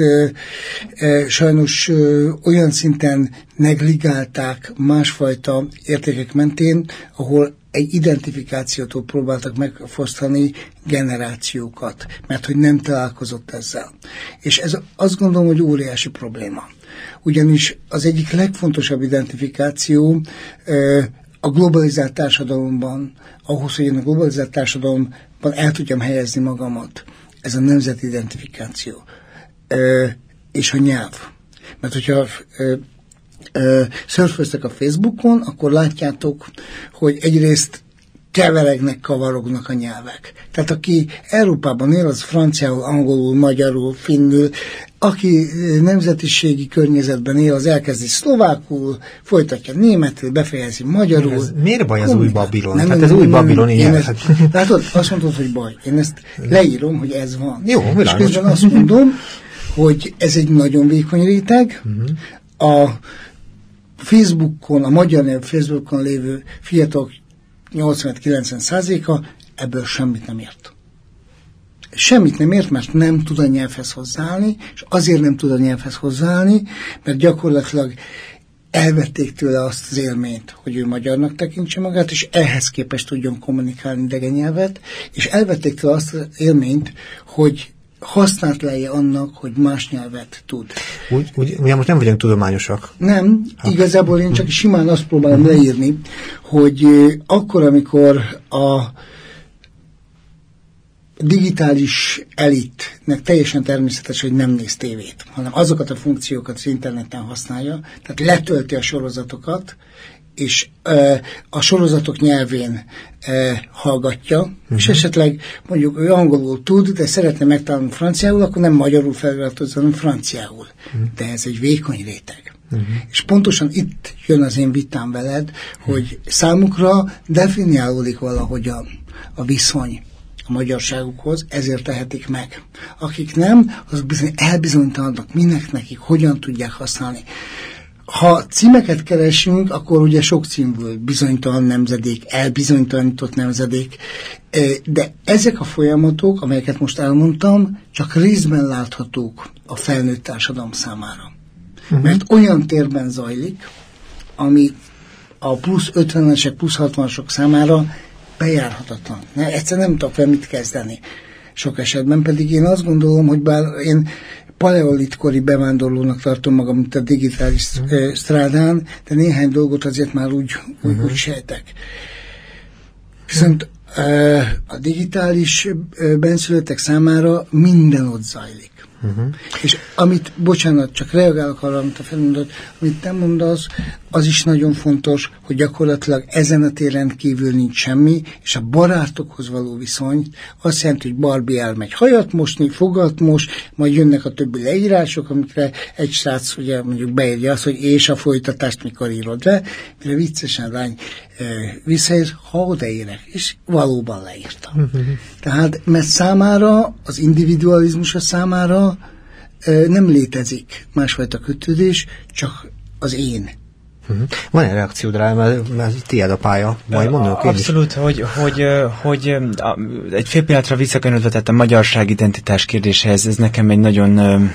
sajnos olyan szinten negligálták másfajta értékek mentén, ahol egy identifikációtól próbáltak megfosztani generációkat, mert hogy nem találkozott ezzel. És ez azt gondolom, hogy óriási probléma. Ugyanis az egyik legfontosabb identifikáció a globalizált társadalomban, ahhoz, hogy én a globalizált társadalomban el tudjam helyezni magamat, ez a nemzeti identifikáció és a nyelv. Mert hogyha szörföztek a Facebookon, akkor látjátok, hogy egyrészt keveregnek, kavarognak a nyelvek. Tehát aki Európában él, az franciául, angolul, magyarul, finnül, aki nemzetiségi környezetben él, az elkezdi szlovákul, folytatja németül, befejezi magyarul. Miért baj az új Babilon? Tehát ez új Babilon ilyen. Látod, azt mondod, hogy baj. Én ezt leírom, hogy ez van. Jó, és közben azt mondom, hogy ez egy nagyon vékony réteg. A Facebookon, a magyar nyelv Facebookon lévő fiatalok 85-90%-a ebből semmit nem ért. Semmit nem ért, mert nem tud a nyelvhez hozzáállni, és azért nem tud a nyelvhez hozzáállni, mert gyakorlatilag elvették tőle azt az élményt, hogy ő magyarnak tekintse magát, és ehhez képest tudjon kommunikálni idegen nyelvet, és elvették tőle azt az élményt, hogy használt leje annak, hogy más nyelvet tud. Ugye most nem vagyunk tudományosak. Nem, igazából én csak simán azt próbálom leírni, hogy akkor, amikor digitális elitnek teljesen természetes, hogy nem néz tévét, hanem azokat a funkciókat az interneten használja, tehát letölti a sorozatokat, és a sorozatok nyelvén hallgatja, és esetleg mondjuk ő angolul tud, de szeretne megtalálni franciául, akkor nem magyarul feliratozza, hanem franciául. De ez egy vékony réteg. És pontosan itt jön az én vitám veled, hogy számukra definiálódik valahogy a viszony a magyarságukhoz, ezért tehetik meg. Akik nem, azok bizony elbizonytalanodnak, minek nekik, hogyan tudják használni. Ha címeket keresünk, akkor ugye sok cím volt, bizonytalan nemzedék, elbizonytalanított nemzedék, de ezek a folyamatok, amelyeket most elmondtam, csak részben láthatók a felnőtt társadalom számára. Mert olyan térben zajlik, ami a plusz 50-esek, plusz 60-asok számára bejárhatatlan. Egyszerűen nem tudok vele mit kezdeni. Sok esetben pedig én azt gondolom, hogy bár én paleolitkori bevándorlónak tartom magam, mint a digitális strádán, de néhány dolgot azért már úgy sejtek. Viszont a digitális benszülöttek számára minden ott zajlik. És amit, bocsánat, csak reagálok arra, amit a felmondott, amit te mondasz, az is nagyon fontos, hogy gyakorlatilag ezen a téren kívül nincs semmi, és a barátokhoz való viszony azt jelenti, hogy Barbie elmegy hajat mosni, fogat mos, majd jönnek a többi leírások, amikre egy srác ugye mondjuk beírja azt, hogy és a folytatást mikor írod le, mire viccesen lány visszaér, ha odaérek, és valóban leírtam. Tehát, mert számára, az individualizmus a számára nem létezik másfajta kötődés, csak az én. Van egy reakciód rá, mert tiéd a pálya, majd mondok én is. Abszolút, hogy egy fél pillanatra visszakanyarodva, tehát a magyarság identitás kérdéséhez, ez nekem egy nagyon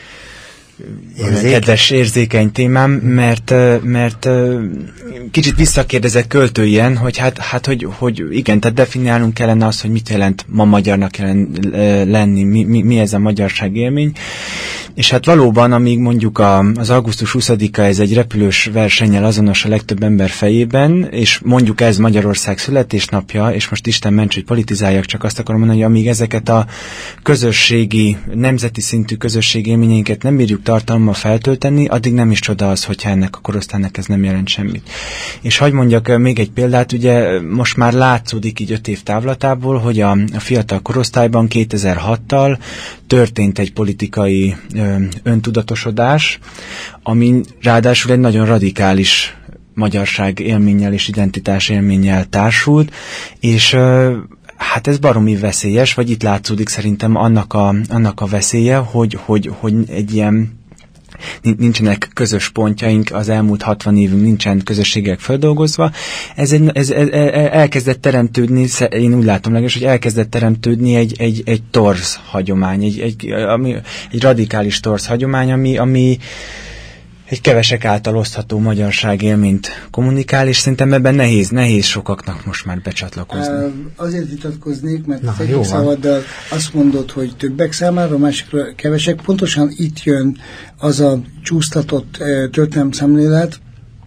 kedves, érzékeny témám, mert kicsit visszakérdezek költőien, hogy hogy igen, tehát definiálnunk kellene azt, hogy mit jelent ma magyarnak lenni, mi ez a magyarság élmény. És hát valóban, amíg mondjuk az augusztus 20-a ez egy repülős versennyel azonos a legtöbb ember fejében, és mondjuk ez Magyarország születésnapja, és most Isten ments, hogy politizáljak, csak azt akarom mondani, hogy amíg ezeket a közösségi, nemzeti szintű közösségi élményeinket nem bírjuk tartalommal feltölteni, addig nem is csoda az, hogyha ennek a korosztálynak ez nem jelent semmit. És hadd mondjak még egy példát, ugye most már látszódik így 5 év távlatából, hogy a fiatal korosztályban 2006-tal történt egy politikai öntudatosodás, ami ráadásul egy nagyon radikális magyarság élménnyel és identitás élménnyel társult, és hát ez baromi veszélyes, vagy itt látszódik szerintem annak a veszélye, hogy egy ilyen nincsenek közös pontjaink, az elmúlt 60 évünk nincsen közösségek feldolgozva. Ez elkezdett teremtődni, én úgy látom legalábbis, hogy elkezdett teremtődni egy torz hagyomány, egy radikális torz hagyomány, ami egy kevesek által osztható magyarság élményt kommunikál, és szerintem ebben nehéz sokaknak most már becsatlakozni. Azért vitatkoznék, mert az egyik szavaddal azt mondod, hogy többek számára, a másikra kevesek. Pontosan itt jön az a csúsztatott történelemszemlélet,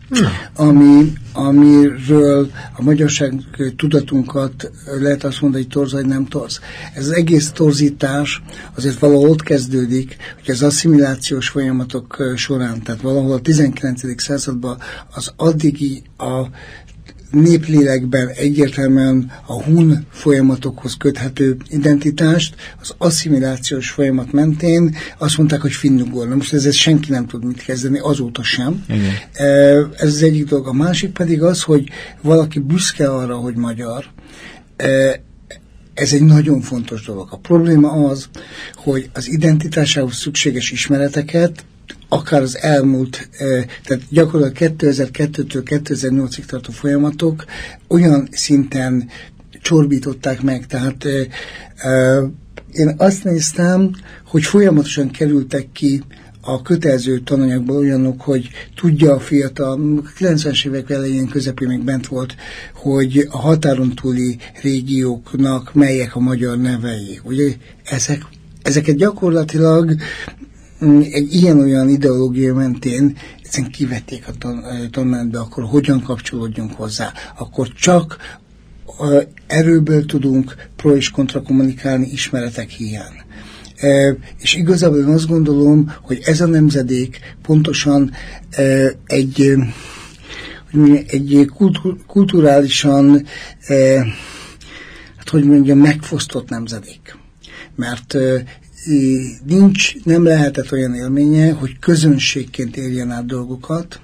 amiről a magyarság tudatunkat lehet azt mondani, hogy torz vagy nem torz. Ez az egész torzítás azért valahol ott kezdődik, hogy az asszimilációs folyamatok során, tehát valahol a 19. században az addigi a néplélekben egyértelműen a hun folyamatokhoz köthető identitást, az asszimilációs folyamat mentén azt mondták, hogy finnugor. Na most ezzel senki nem tud mit kezdeni, azóta sem. Igen. Ez az egyik dolog. A másik pedig az, hogy valaki büszke arra, hogy magyar. Ez egy nagyon fontos dolog. A probléma az, hogy az identitásához szükséges ismereteket akár az elmúlt, tehát gyakorlatilag 2002-től 2008-ig tartó folyamatok olyan szinten csorbították meg, tehát én azt néztem, hogy folyamatosan kerültek ki a kötelező tananyagból olyanok, hogy tudja a fiatal, 90-es évek elején, közepén még bent volt, hogy a határon túli régióknak melyek a magyar nevei. Ugye ezeket gyakorlatilag egy ilyen-olyan ideológia mentén egyszerűen kivették a tanmenetbe, akkor hogyan kapcsolódjunk hozzá. Akkor csak erőből tudunk pro és kontra kommunikálni ismeretek hiány. És igazából én azt gondolom, hogy ez a nemzedék pontosan egy kulturálisan megfosztott nemzedék. Mert nem lehetett olyan élménye, hogy közönségként érjen át dolgokat.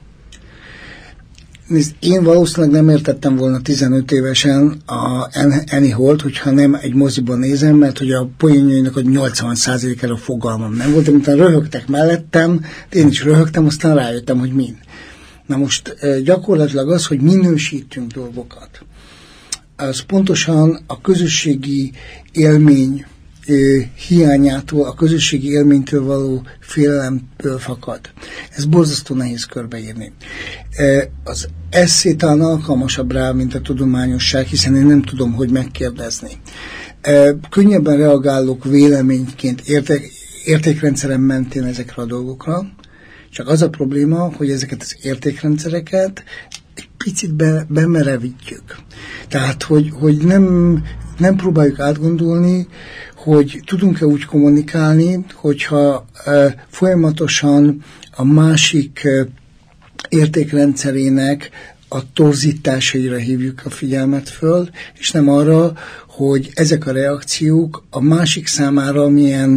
Én valószínűleg nem értettem volna 15 évesen a Annie Holt, hogyha nem egy moziban nézem, mert hogy a poénjainak a 80%-ára fogalmam nem volt, mint röhögtek mellettem, én is röhögtem, aztán rájöttem, hogy min. Na most gyakorlatilag az, hogy minősítünk dolgokat, az pontosan a közösségi élmény hiányától, a közösségi élménytől való félelemből fakad. Ez borzasztó nehéz körbeírni. Az esszé talán alkalmasabb rá, mint a tudományosság, hiszen én nem tudom, hogy megkérdezni. Könnyebben reagálok véleményként, értékrendszerem mentén ezekre a dolgokra, csak az a probléma, hogy ezeket az értékrendszereket egy picit bemerevítjük. Tehát, hogy nem próbáljuk átgondolni, hogy tudunk-e úgy kommunikálni, hogyha folyamatosan a másik értékrendszerének a torzításaira hívjuk a figyelmet föl, és nem arra, hogy ezek a reakciók a másik számára milyen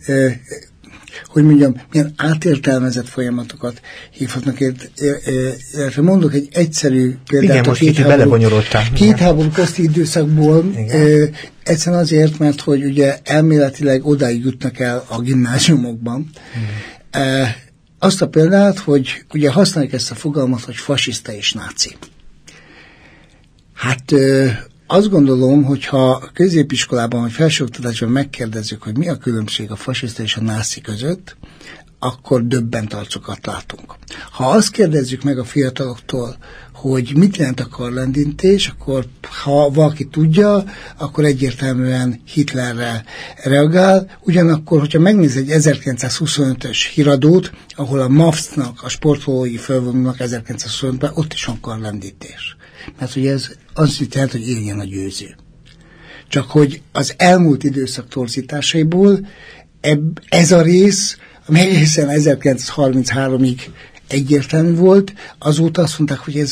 milyen átértelmezett folyamatokat hívhatnak. Mondok egy egyszerű példát. Igen, most kicsit belebonyolódtál. Két háború közti időszakból, egyszerűen azért, mert hogy ugye elméletileg odáig jutnak el a gimnáziumokban. Azt a példát, hogy ugye használjuk ezt a fogalmat, hogy fasiszta és náci. Hát azt gondolom, hogyha középiskolában vagy felsőoktatásban megkérdezzük, hogy mi a különbség a fasiszta és a náci között, akkor döbbent arcokat látunk. Ha azt kérdezzük meg a fiataloktól, hogy mit jelent a karlendítés, akkor ha valaki tudja, akkor egyértelműen Hitlerre reagál. Ugyanakkor, hogyha megnéz egy 1925-ös híradót, ahol a MAFS-nak, a sportolói felvonulnak 1925-ben, ott is van karlendítés. Mert ugye ez azt jelenti, hogy éljen a győző. Csak hogy az elmúlt időszak torzításaiból ez a rész, ami egészen 1933-ig egyértelmű volt, azóta azt mondták, hogy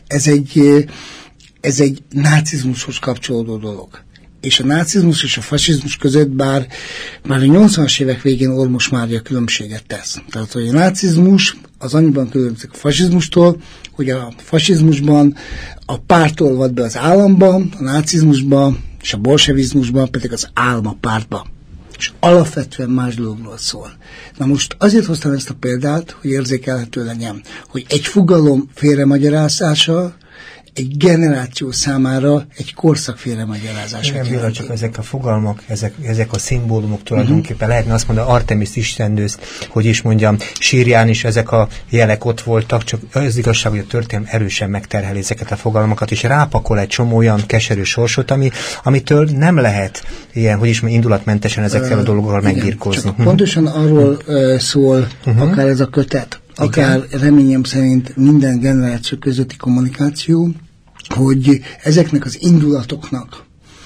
ez egy nácizmushoz kapcsolódó dolog. És a nácizmus és a fasizmus között bár már a 80-as évek végén Ormos Mária különbséget tesz. Tehát, hogy a nácizmus az annyiban különbözik a fasizmustól, hogy a fasizmusban a párt olvad be az államban, a nácizmusban és a bolsevizmusban pedig az állam a pártba. És alapvetően más dologról szól. Na most azért hoztam ezt a példát, hogy érzékelhető legyen, hogy egy fogalom félremagyarázása egy generáció számára egy korszak félremagyarázása. Igen, Béla, csak ezek a fogalmak, ezek a szimbólumok tulajdonképpen lehetne azt mondani, Artemis istennősz, hogy is mondjam, sírján is ezek a jelek ott voltak, csak az igazság, hogy a történelem erősen megterheli ezeket a fogalmakat, és rápakol egy csomó olyan keserű sorsot, amitől nem lehet ilyen, hogy is mondjam, indulatmentesen ezekkel a dolgokkal megbirkózni. Pontosan arról szól akár ez a kötet, akár reményem szerint minden generáció közötti kommunikáció, hogy ezeknek az indulatoknak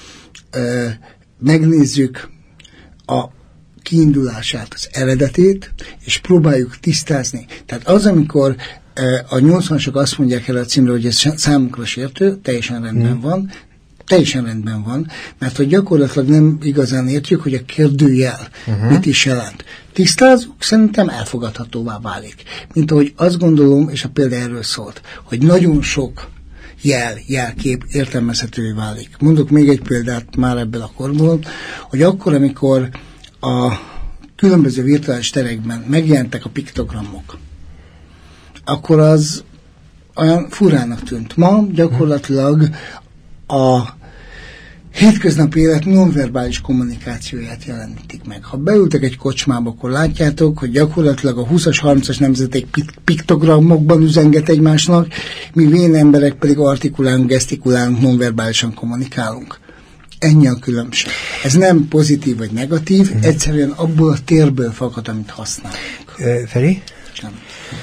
megnézzük a kiindulását, az eredetét, és próbáljuk tisztázni. Tehát az, amikor a 80-asok azt mondják el a címre, hogy ez számunkra sértő, teljesen rendben van, mert hogy gyakorlatilag nem igazán értjük, hogy a kérdőjel mit is jelent. Tisztázzuk, szerintem elfogadhatóvá válik. Mint ahogy azt gondolom, és a példa erről szólt, hogy nagyon sok jelkép értelmezhetővé válik. Mondok még egy példát már ebből a korból, hogy akkor, amikor a különböző virtuális terekben megjelentek a piktogramok, akkor az olyan furának tűnt. Ma gyakorlatilag a hétköznapi élet nonverbális kommunikációját jelenítik meg. Ha beültek egy kocsmába, akkor látjátok, hogy gyakorlatilag a 20-as, 30-as nemzetek piktogramokban üzenget egymásnak, mi vén emberek pedig artikulálunk, gesztikulálunk, nonverbálisan kommunikálunk. Ennyi a különbség. Ez nem pozitív vagy negatív, egyszerűen abból a térből fakad, amit használunk. Feri? Nem.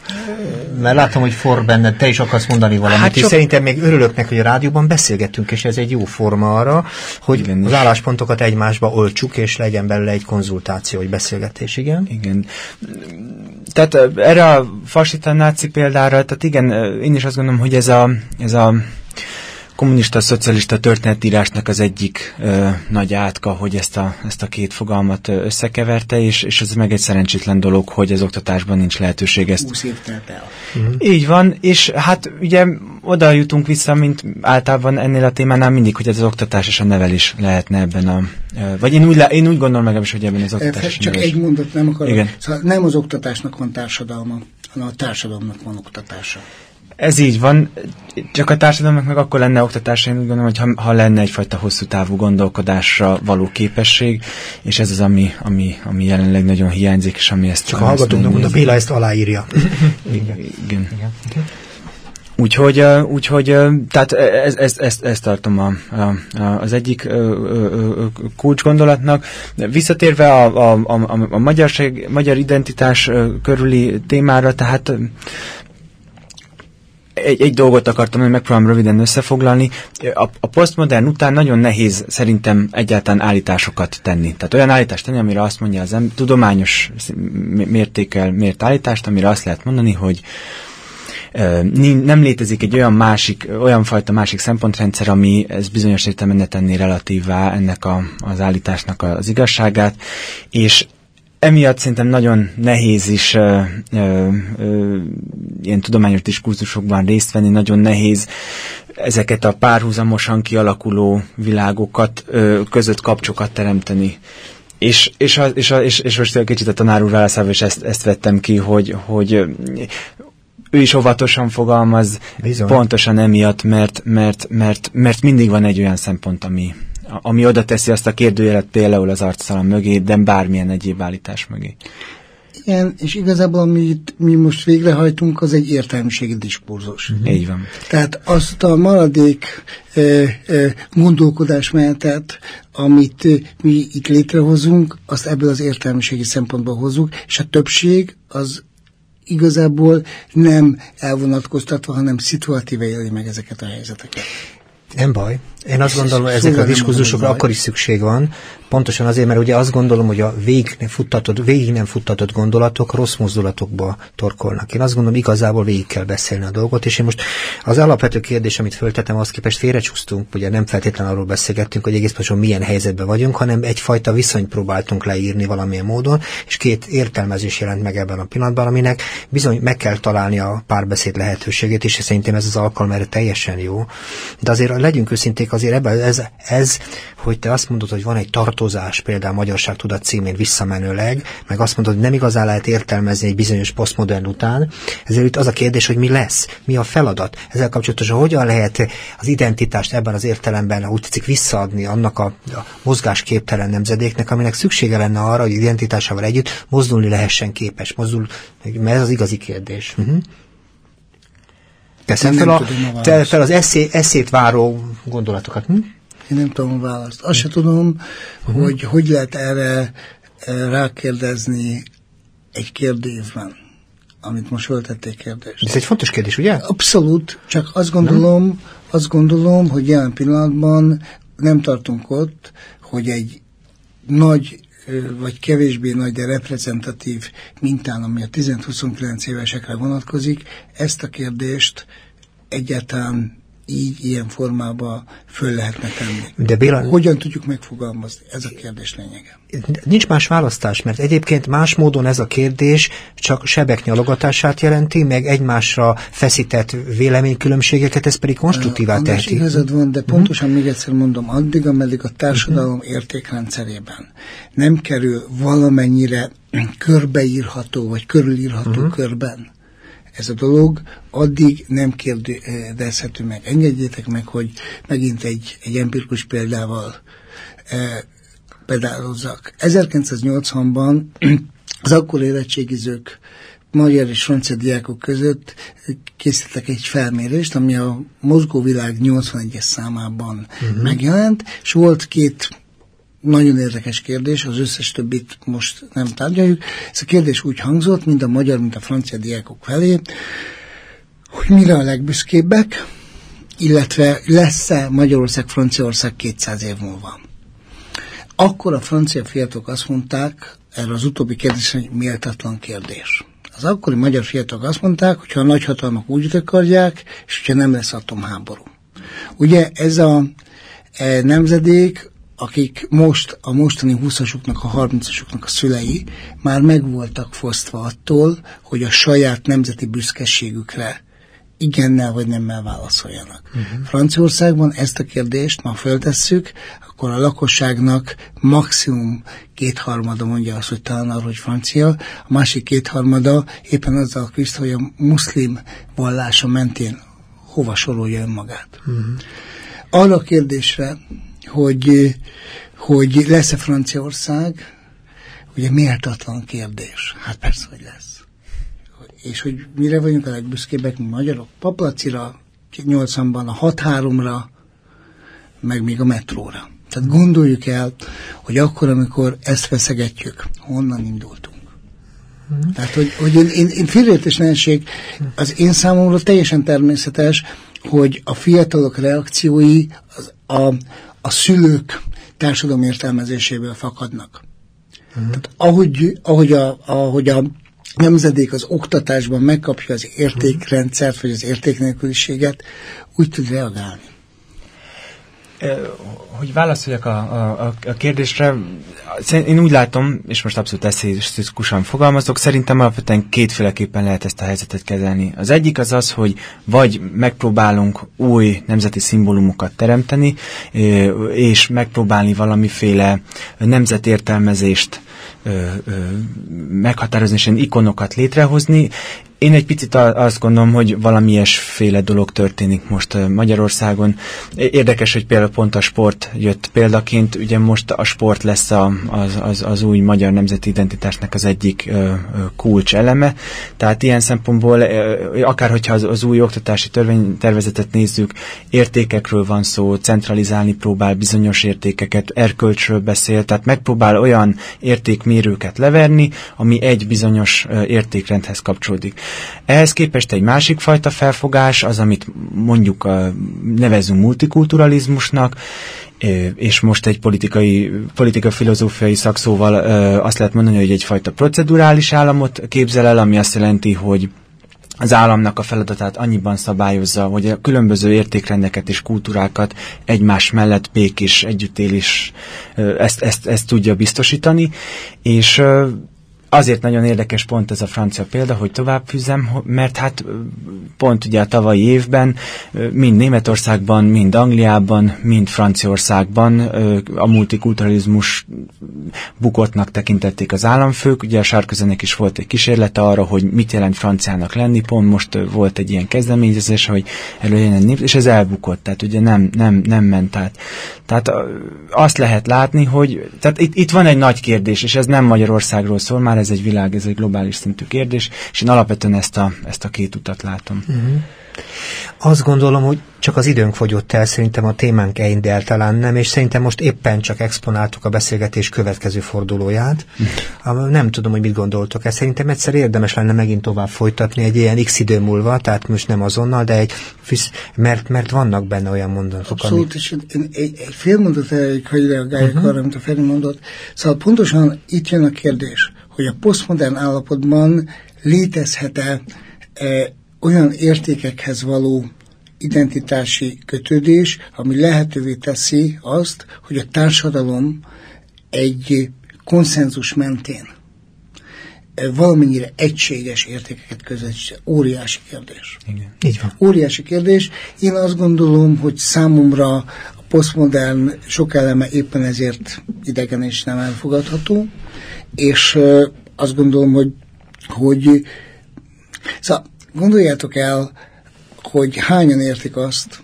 Mert látom, hogy for benned, te is akarsz mondani valamit, és szerintem még örülök neki, hogy a rádióban beszélgettünk, és ez egy jó forma arra, hogy igen, az álláspontokat egymásba oltsuk, és legyen belőle egy konzultáció, egy beszélgetés, igen? Igen. Tehát erre a fasista náci példára, tehát igen, én is azt gondolom, hogy ez a kommunista-szocialista történetírásnak az egyik nagy átka, hogy ezt a két fogalmat összekeverte, és ez meg egy szerencsétlen dolog, hogy az oktatásban nincs lehetőség ezt. 20 év telt el. Így van, és hát ugye oda jutunk vissza, mint általában ennél a témánál mindig, hogy ez az oktatás és a nevelés lehetne ebben vagy én úgy gondolom meg is, hogy ebben az oktatás. Csak egy mondat nem akarok. Igen. Szóval nem az oktatásnak van társadalma, hanem a társadalomnak van oktatása. Ez így van, csak a társadalomnak meg akkor lenne oktatása, én úgy gondolom, hogy ha lenne egyfajta hosszú távú gondolkodásra való képesség, és ez az, ami jelenleg nagyon hiányzik, és ami ezt... Csak a hallgatóknak mondom, Béla ezt aláírja. Igen. Úgyhogy tehát ezt tartom az egyik kulcsgondolatnak. Visszatérve a magyar identitás körüli témára, tehát egy dolgot akartam, hogy megpróbálom röviden összefoglalni. A posztmodern után nagyon nehéz szerintem egyáltalán állításokat tenni. Tehát olyan állítást tenni, amire azt mondja az tudományos mértékkel mért állítást, amire azt lehet mondani, hogy nem létezik egy olyan fajta másik szempontrendszer, ami ez bizonyos értelemben ne tenné relatívvá ennek az állításnak az igazságát, és emiatt szerintem nagyon nehéz is ilyen tudományos diskurzusokban részt venni, nagyon nehéz ezeket a párhuzamosan kialakuló világokat, között kapcsokat teremteni. És most egy kicsit a tanár úr válaszával is ezt vettem ki, hogy ő is óvatosan fogalmaz, bizony. Pontosan emiatt, mert mindig van egy olyan szempont, ami oda teszi azt a kérdőjelet például az arctalan mögé, de bármilyen egyéb állítás mögé. Igen, és igazából amit mi most végrehajtunk, az egy értelmiségi diskurzus. Így van. Tehát azt a maradék gondolkodásmenetet, amit mi itt létrehozunk, azt ebből az értelmiségi szempontból hozzuk, és a többség az igazából nem elvonatkoztatva, hanem szituatíve éli meg ezeket a helyzeteket. Nem baj. Én azt gondolom, hogy ezekre a diskurzusokra akkor is szükség van, pontosan azért, mert ugye azt gondolom, hogy a végig nem futtatott gondolatok rossz mozdulatokba torkolnak. Én azt gondolom, igazából végig kell beszélni a dolgot, és én most az alapvető kérdés, amit föltettem, azt képest félrecsúsztunk, ugye nem feltétlenül arról beszélgettünk, hogy egész pontosan milyen helyzetben vagyunk, hanem egyfajta viszonyt próbáltunk leírni valamilyen módon, és két értelmezés jelent meg ebben a pillanatban, aminek bizony meg kell találni a párbeszéd lehetőségét, és szerintem ez az alkalom erre teljesen jó. De azért legyünk őszinték, azért ebben ez, hogy te azt mondod, hogy van egy tartozás, például Magyarságtudat címén visszamenőleg, meg azt mondod, hogy nem igazán lehet értelmezni egy bizonyos posztmodern után, ezért itt az a kérdés, hogy mi lesz, mi a feladat. Ezzel kapcsolatosan hogyan lehet az identitást ebben az értelemben, úgy tetszik, visszaadni annak a mozgásképtelen nemzedéknek, aminek szüksége lenne arra, hogy identitásával együtt mozdulni lehessen képes. Mert ez az igazi kérdés. Teszem fel az eszét váró gondolatokat. Én nem tudom a választ. Azt se tudom, hogy lehet erre rákérdezni egy kérdésben, amit most föltették kérdést. Ez egy fontos kérdés, ugye? Abszolút, csak azt gondolom, hogy jelen pillanatban nem tartunk ott, hogy egy nagy vagy kevésbé nagy, de reprezentatív mintán, ami a 10-29 évesekre vonatkozik, ezt a kérdést egyáltalán így, ilyen formában föl lehetne tenni. De Béla, hogyan tudjuk megfogalmazni? Ez a kérdés lényege. Nincs más választás, mert egyébként más módon ez a kérdés csak sebek nyalogatását jelenti, meg egymásra feszített véleménykülönbségeket, ez pedig konstruktívá teheti. Igazad van, de pontosan még egyszer mondom, addig, ameddig a társadalom értékrendszerében nem kerül valamennyire körbeírható, vagy körülírható körben ez a dolog, addig nem kérdezhető meg. Engedjétek meg, hogy megint egy empirikus példával pedálozzak. 1980-ban az akkor érettségizők magyar és francia diákok között készítettek egy felmérést, ami a Mozgóvilág 81-es számában megjelent, és volt két nagyon érdekes kérdés, az összes többit most nem tárgyaljuk. Ez a kérdés úgy hangzott, mind a magyar, mind a francia diákok felé, hogy mire a legbüszkébbek, illetve lesz-e Magyarország, Franciaország 200 év múlva. Akkor a francia fiatalok azt mondták, erre az utóbbi kérdésre, hogy méltatlan kérdés. Az akkori magyar fiatalok azt mondták, hogy ha a nagyhatalmak úgy akarják, és hogyha nem lesz atomháború. Ugye ez a nemzedék, akik most a mostani 20-asoknak, a 30-asoknak a szülei már meg voltak fosztva attól, hogy a saját nemzeti büszkeségükre igennel vagy nemmel válaszoljanak. Franciaországban ezt a kérdést, ma föltesszük, akkor a lakosságnak maximum 2/3 mondja azt, hogy talán arra, hogy francia, a másik 2/3 éppen azzal küzd, hogy a muszlim vallása mentén hova sorolja önmagát. Arra a kérdésre, hogy lesz-e Franciaország, ugye méltatlan kérdés. Hát persze, hogy lesz. És hogy mire vagyunk a legbüszkébbek, mi magyarok? Paplacira, 80-ban, a 6-3-ra, meg még a metróra. Tehát gondoljuk el, hogy akkor, amikor ezt feszegetjük, honnan indultunk. Tehát, hogy én félreértés ne essék, az én számomra teljesen természetes, hogy a fiatalok reakciói a szülők társadalmi értelmezéséből fakadnak. Tehát ahogy a nemzedék az oktatásban megkapja az értékrendszert, vagy az értéknélküliséget, úgy tud reagálni. Hogy válaszoljak a kérdésre, én úgy látom, és most abszolút eszéisztikusan fogalmazok, szerintem alapvetően kétféleképpen lehet ezt a helyzetet kezelni. Az egyik az, hogy vagy megpróbálunk új nemzeti szimbólumokat teremteni, és megpróbálni valamiféle nemzetértelmezést meghatározni, és ikonokat létrehozni. Én egy picit azt gondolom, hogy valami ilyesféle dolog történik most Magyarországon. Érdekes, hogy például pont a sport jött példaként, ugye most a sport lesz az új magyar nemzeti identitásnak az egyik kulcs eleme, tehát ilyen szempontból, akár hogyha az új oktatási törvénytervezetet nézzük, értékekről van szó, centralizálni próbál bizonyos értékeket, erkölcsről beszél, tehát megpróbál olyan értékmérőket leverni, ami egy bizonyos értékrendhez kapcsolódik. Ehhez képest egy másik fajta felfogás, az, amit mondjuk nevezünk multikulturalizmusnak, és most egy politika-filozófiai szakszóval azt lehet mondani, hogy egyfajta procedurális államot képzel el, ami azt jelenti, hogy az államnak a feladatát annyiban szabályozza, hogy a különböző értékrendeket és kultúrákat egymás mellett békés együttélés ezt tudja biztosítani, és azért nagyon érdekes pont ez a francia példa, hogy továbbfűzzem, mert hát pont ugye a tavalyi évben mind Németországban, mind Angliában, mind Franciaországban a multikulturalizmus bukottnak tekintették az államfők. Ugye a Sarkozynek is volt egy kísérlete arra, hogy mit jelent franciának lenni. Pont most volt egy ilyen kezdeményezés, hogy előjön egy és ez elbukott, tehát ugye nem ment át. Tehát azt lehet látni, hogy tehát itt van egy nagy kérdés, és ez nem Magyarországról szól, már ez egy globális szintű kérdés, és én alapvetően ezt a két utat látom. Azt gondolom, hogy csak az időnk fogyott el, szerintem a témánk egyáltalán nem, és szerintem most éppen csak exponáltuk a beszélgetés következő fordulóját. Nem tudom, hogy mit gondoltok ezt. Szerintem egyszer érdemes lenne megint tovább folytatni egy ilyen x idő múlva, tehát most nem azonnal, de mert vannak benne olyan mondatok. Abszolút, és egy fél mondat elég, hogy reagáljak arra, amit a Feri mondott. Szóval pontosan itt jön a kérdés, hogy a posztmodern állapotban létezhet-e olyan értékekhez való identitási kötődés, ami lehetővé teszi azt, hogy a társadalom egy konszenzus mentén valamennyire egységes értékeket közvetít. Óriási kérdés. Igen. Így van. Óriási kérdés. Én azt gondolom, hogy számomra a posztmodern sok eleme éppen ezért idegen és nem elfogadható, és azt gondolom, hogy szóval gondoljátok el, hogy hányan értik azt,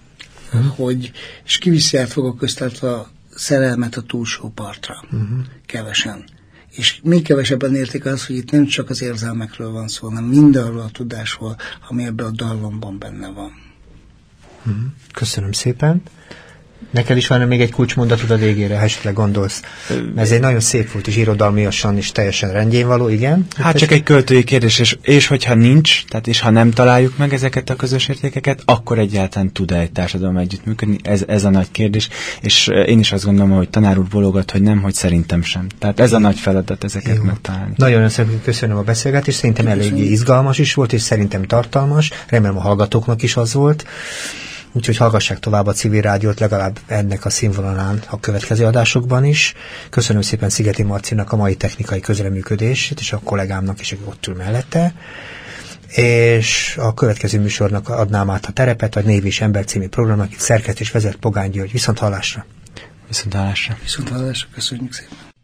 hogy és kiviszi el fog a köztartva a szerelmet a túlsó partra. Kevesen. És még kevesebben értik azt, hogy itt nem csak az érzelmekről van szó, hanem mindenről a tudásról, ami ebben a dallamban benne van. Köszönöm szépen. Neked is van még egy kulcsmondatod a végére, ha esetleg gondolsz. Ez egy nagyon szép volt, és irodalmiasan is teljesen rendjén való, igen. Hát csak egy költői kérdés, és hogyha nincs, tehát és ha nem találjuk meg ezeket a közös értékeket, akkor egyáltalán tud-e egy társadalom együttműködni? Ez a nagy kérdés, és én is azt gondolom, hogy tanár úr bologat, hogy nem, hogy szerintem sem. Tehát ez a nagy feladat ezeket megtalálni. Nagyon szépen köszönöm a beszélgetést, szerintem eléggé izgalmas is volt, és szerintem tartalmas, remélem a hallgatóknak is az volt. Úgyhogy hallgassák tovább a Civil Rádiót legalább ennek a színvonalán a következő adásokban is. Köszönöm szépen Szigeti Marcinak a mai technikai közreműködését, és a kollégámnak is, aki ott ül mellette. És a következő műsornak adnám át a terepet, a Név és Ember című programnak, itt szerkesztés vezet Pogány György. Viszont hallásra! Viszont hallásra! Viszont hallásra, köszönjük szépen!